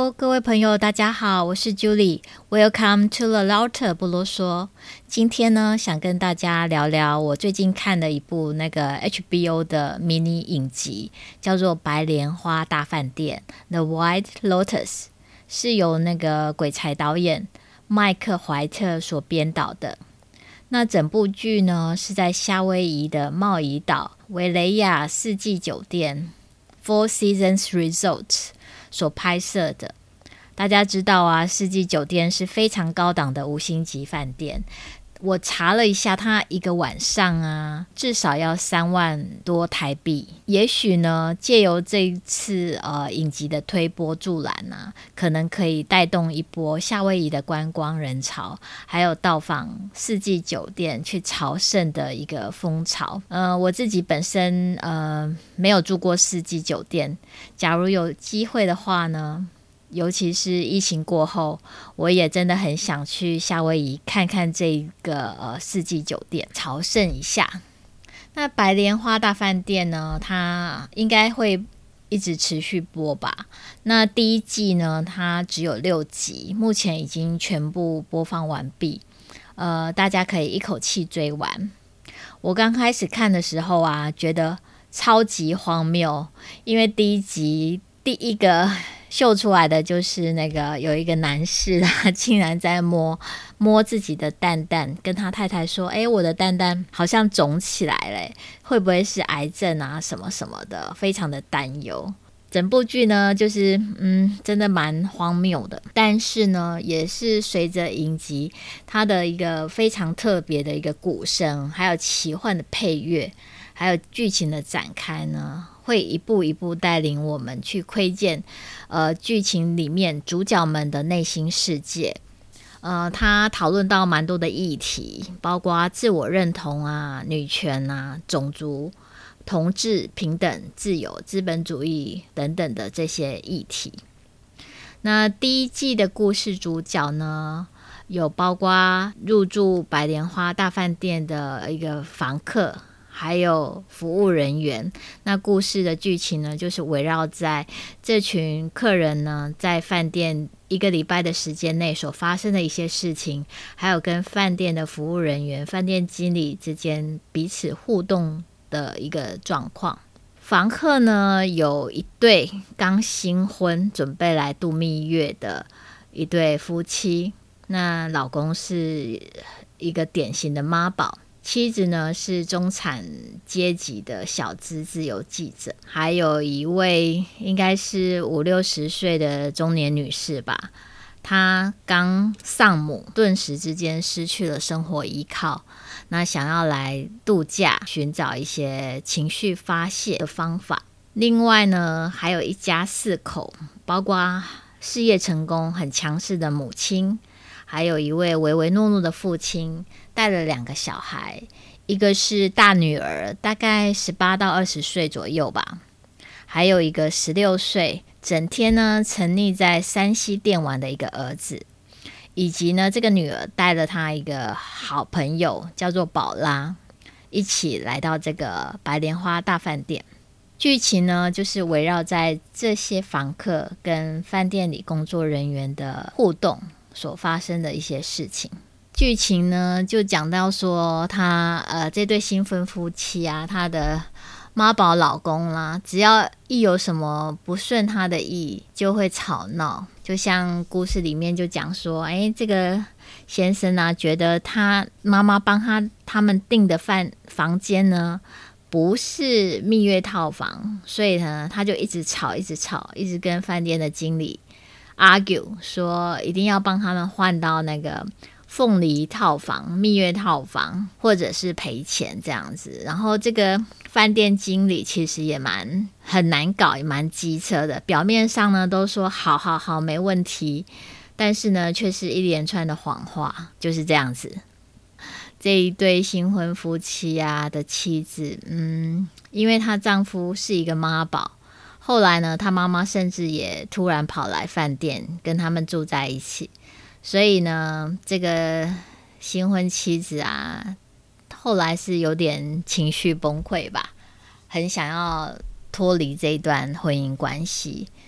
Hello， 各位朋友，大家好，我是 Julie。Welcome to the Louder 不啰嗦。今天呢，想跟大家聊聊我最近看的一部那个 HBO 的迷你影集，叫做《白莲花大饭店》The White Lotus， 是由那个鬼才导演麦克怀特所编导的。那整部剧呢，是在夏威夷的茂宜岛维雷亚四季酒店 Four Seasons Resort所拍摄的。大家知道啊，四季酒店是非常高档的五星级饭店。我查了一下，它一个晚上啊，至少要3万多台币。也许呢，借由这一次影集的推波助澜啊，可能可以带动一波夏威夷的观光人潮，还有到访四季酒店去朝圣的一个风潮。我自己本身没有住过四季酒店，假如有机会的话呢，尤其是疫情过后，我也真的很想去夏威夷看看这个四季酒店，朝圣一下。那白莲花大饭店呢，它应该会一直持续播吧。那第一季呢，它只有6集，目前已经全部播放完毕。大家可以一口气追完。我刚开始看的时候啊，觉得超级荒谬，因为第一集第一个秀出来的就是那个有一个男士他竟然在摸自己的蛋蛋，跟他太太说我的蛋蛋好像肿起来了，会不会是癌症啊什么什么的，非常的担忧。整部剧呢就是真的蛮荒谬的，但是呢也是随着影集它的一个非常特别的一个鼓声，还有奇幻的配乐，还有剧情的展开呢，会一步一步带领我们去窥见剧情里面主角们的内心世界。他讨论到蛮多的议题，包括自我认同啊、女权啊、种族、同志、平等、自由、资本主义等等的这些议题。那第一季的故事主角呢，有包括入住白莲花大饭店的一个房客，还有服务人员。那故事的剧情呢，就是围绕在这群客人呢，在饭店1个礼拜的时间内所发生的一些事情，还有跟饭店的服务人员、饭店经理之间彼此互动的一个状况。房客呢，有一对刚新婚准备来度蜜月的一对夫妻，那老公是一个典型的妈宝，妻子呢是中产阶级的小资自由记者，还有一位应该是50-60岁的中年女士吧，她刚丧母，顿时之间失去了生活依靠，那想要来度假，寻找一些情绪发泄的方法。另外呢，还有一家4口，包括事业成功很强势的母亲，还有一位唯唯诺诺的父亲，带了2个小孩，一个是大女儿，大概18到20岁左右吧，还有一个16岁，整天呢沉溺在3C 电玩的一个儿子，以及呢这个女儿带了她一个好朋友叫做宝拉，一起来到这个白莲花大饭店。剧情呢就是围绕在这些房客跟饭店里工作人员的互动所发生的一些事情。剧情呢就讲到说他这对新婚夫妻啊，他的妈宝老公啦，只要一有什么不顺他的意，就会吵闹。就像故事里面就讲说，这个先生啊，觉得他妈妈帮他们订的房间呢不是蜜月套房，所以呢他就一直吵，一直跟饭店的经理 argue 说一定要帮他们换到那个凤梨套房、蜜月套房，或者是赔钱这样子。然后这个饭店经理其实也很难搞，也蛮机车的，表面上呢都说好没问题，但是呢却是一连串的谎话，就是这样子。这一对新婚夫妻啊的妻子，因为她丈夫是一个妈宝，后来呢她妈妈甚至也突然跑来饭店跟他们住在一起，所以呢这个新婚妻子啊后来是有点情绪崩溃吧，很想要脱离这一段婚姻关系。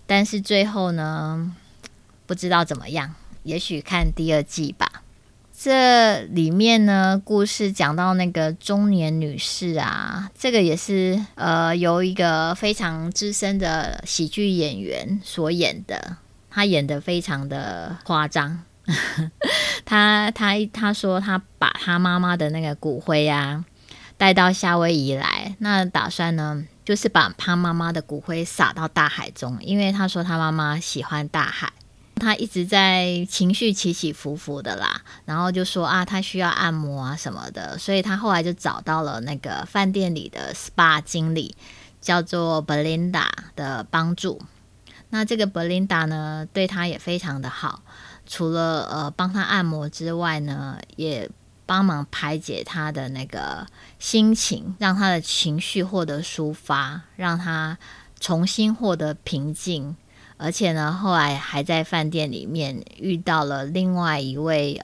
但是最后呢，不知道怎么样，也许看第二季吧。这里面呢，故事讲到那个中年女士啊，这个也是由一个非常资深的喜剧演员所演的，她演得非常的夸张。她说她把她妈妈的那个骨灰啊带到夏威夷来，那打算呢就是把她妈妈的骨灰撒到大海中，因为她说她妈妈喜欢大海。他一直在情绪起起伏伏的啦，然后就说啊，他需要按摩啊什么的，所以他后来就找到了那个饭店里的 SPA 经理，叫做 Belinda 的帮助。那这个 Belinda 呢，对他也非常的好，除了帮他按摩之外呢，也帮忙排解他的那个心情，让他的情绪获得抒发，让他重新获得平静。而且呢，后来还在饭店里面遇到了另外一位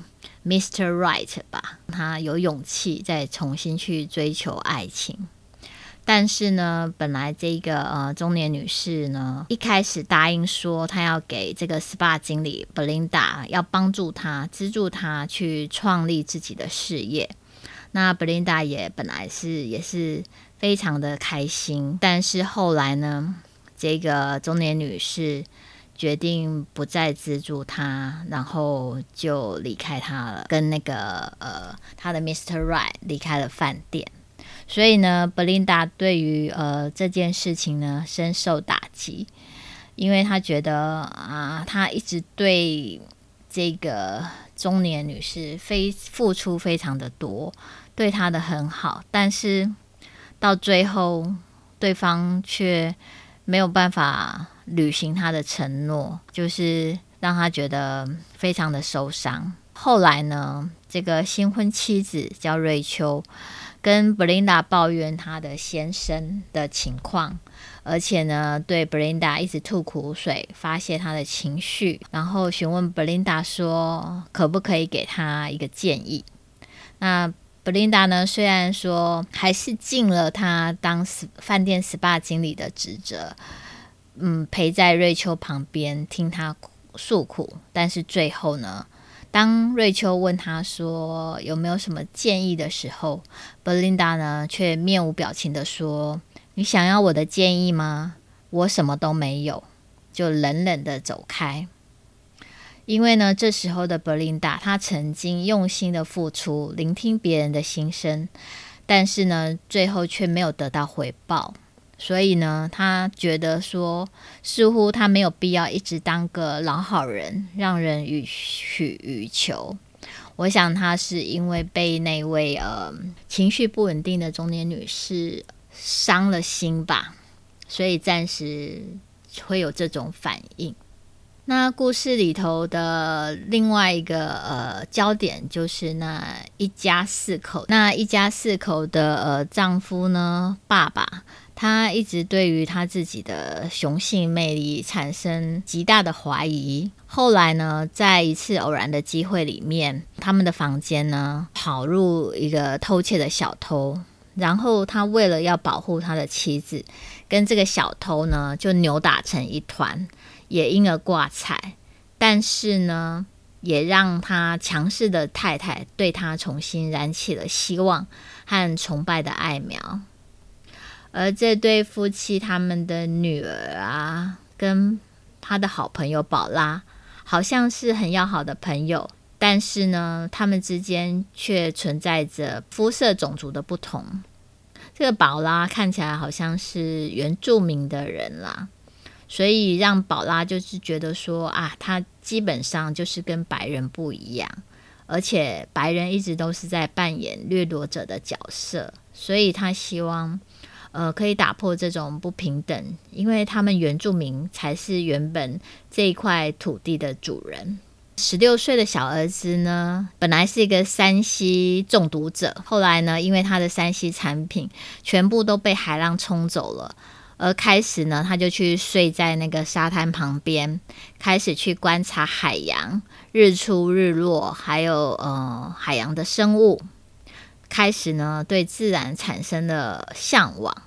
Mr. Right 吧，他有勇气再重新去追求爱情。但是呢，本来这个中年女士呢，一开始答应说她要给这个 SPA 经理 Belinda 要帮助她、资助她去创立自己的事业。那 Belinda 也本来也是非常的开心，但是后来呢，这个中年女士决定不再资助他，然后就离开他了，跟那个他的 Mr. Right 离开了饭店。所以呢 Belinda 对于这件事情呢深受打击，因为他觉得他一直对这个中年女士付出非常的多，对她的很好，但是到最后对方却没有办法履行他的承诺，就是让他觉得非常的受伤。后来呢，这个新婚妻子叫瑞秋，跟 Belinda 抱怨她的先生的情况，而且呢，对 Belinda 一直吐苦水，发泄她的情绪，然后询问 Belinda 说，可不可以给她一个建议。那Belinda 呢，虽然说还是尽了她当饭店 SPA 经理的职责，陪在瑞秋旁边听她诉苦，但是最后呢，当瑞秋问她说有没有什么建议的时候， Belinda 呢却面无表情的说，你想要我的建议吗？我什么都没有，就冷冷的走开。因为呢，这时候的 Belinda 她曾经用心的付出，聆听别人的心声，但是呢，最后却没有得到回报。所以呢，她觉得说，似乎她没有必要一直当个老好人，让人予取予求。我想她是因为被那位情绪不稳定的中年女士伤了心吧，所以暂时会有这种反应。那故事里头的另外一个焦点就是那一家四口。那一家四口的丈夫呢，爸爸，他一直对于他自己的雄性魅力产生极大的怀疑。后来呢，在一次偶然的机会里面，他们的房间呢跑入一个偷窃的小偷，然后他为了要保护他的妻子，跟这个小偷呢就扭打成一团，也因而挂彩。但是呢，也让他强势的太太对他重新燃起了希望和崇拜的爱苗。而这对夫妻他们的女儿啊，跟他的好朋友宝拉好像是很要好的朋友，但是呢，他们之间却存在着肤色种族的不同。这个宝拉看起来好像是原住民的人啦，所以让宝拉就是觉得说他基本上就是跟白人不一样，而且白人一直都是在扮演掠夺者的角色，所以他希望可以打破这种不平等，因为他们原住民才是原本这一块土地的主人。16岁的小儿子呢，本来是一个3C 中毒者，后来呢，因为他的3C 产品全部都被海浪冲走了，而开始呢，他就去睡在那个沙滩旁边，开始去观察海洋、日出日落，还有海洋的生物，开始呢对自然产生了向往。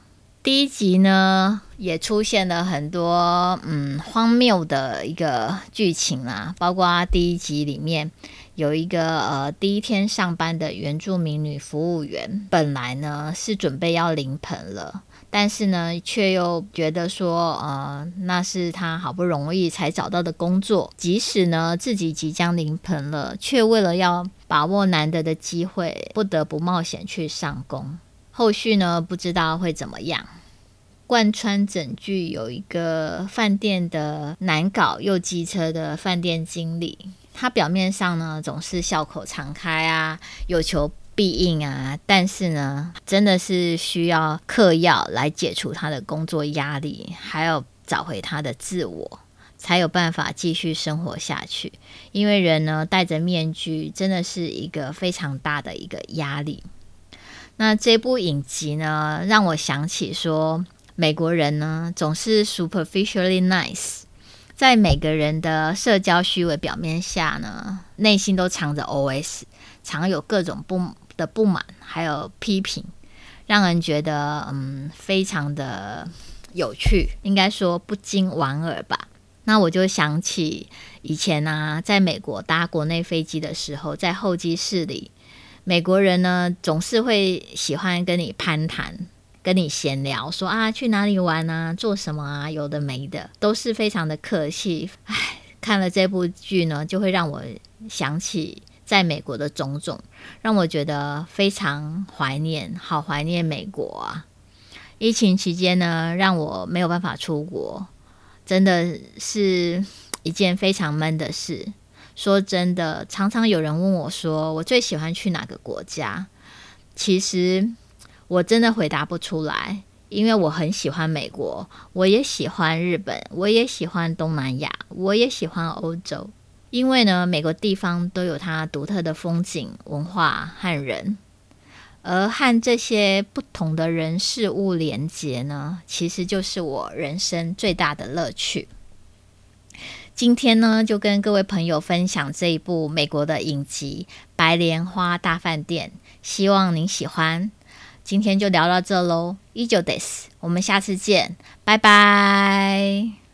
第一集呢也出现了很多荒谬的一个剧情啦，包括第一集里面有一个第一天上班的原住民女服务员，本来呢是准备要临盆了，但是呢却又觉得说那是她好不容易才找到的工作，即使呢自己即将临盆了，却为了要把握难得的机会，不得不冒险去上工。后续呢不知道会怎么样。贯穿整剧有一个饭店的难搞又机车的饭店经理，他表面上呢总是笑口常开啊，有求必应啊，但是呢真的是需要嗑药来解除他的工作压力，还有找回他的自我，才有办法继续生活下去。因为人呢戴着面具真的是一个非常大的一个压力。那这部影集呢让我想起说，美国人呢总是 superficially nice， 在每个人的社交虚伪表面下呢，内心都藏着 OS， 常有各种不满还有批评，让人觉得非常的有趣，应该说不禁莞尔吧。那我就想起以前在美国搭国内飞机的时候，在候机室里，美国人呢总是会喜欢跟你攀谈，跟你闲聊，说去哪里玩啊，做什么啊，有的没的，都是非常的客气。看了这部剧呢，就会让我想起在美国的种种，让我觉得非常怀念，好怀念美国啊。疫情期间呢，让我没有办法出国，真的是一件非常闷的事。说真的，常常有人问我说我最喜欢去哪个国家，其实我真的回答不出来，因为我很喜欢美国，我也喜欢日本，我也喜欢东南亚，我也喜欢欧洲。因为呢，每个地方都有它独特的风景、文化和人，而和这些不同的人事物连结呢，其实就是我人生最大的乐趣。今天呢，就跟各位朋友分享这一部美国的影集《白莲花大饭店》，希望您喜欢。今天就聊到这咯，以上です，我们下次见，拜拜。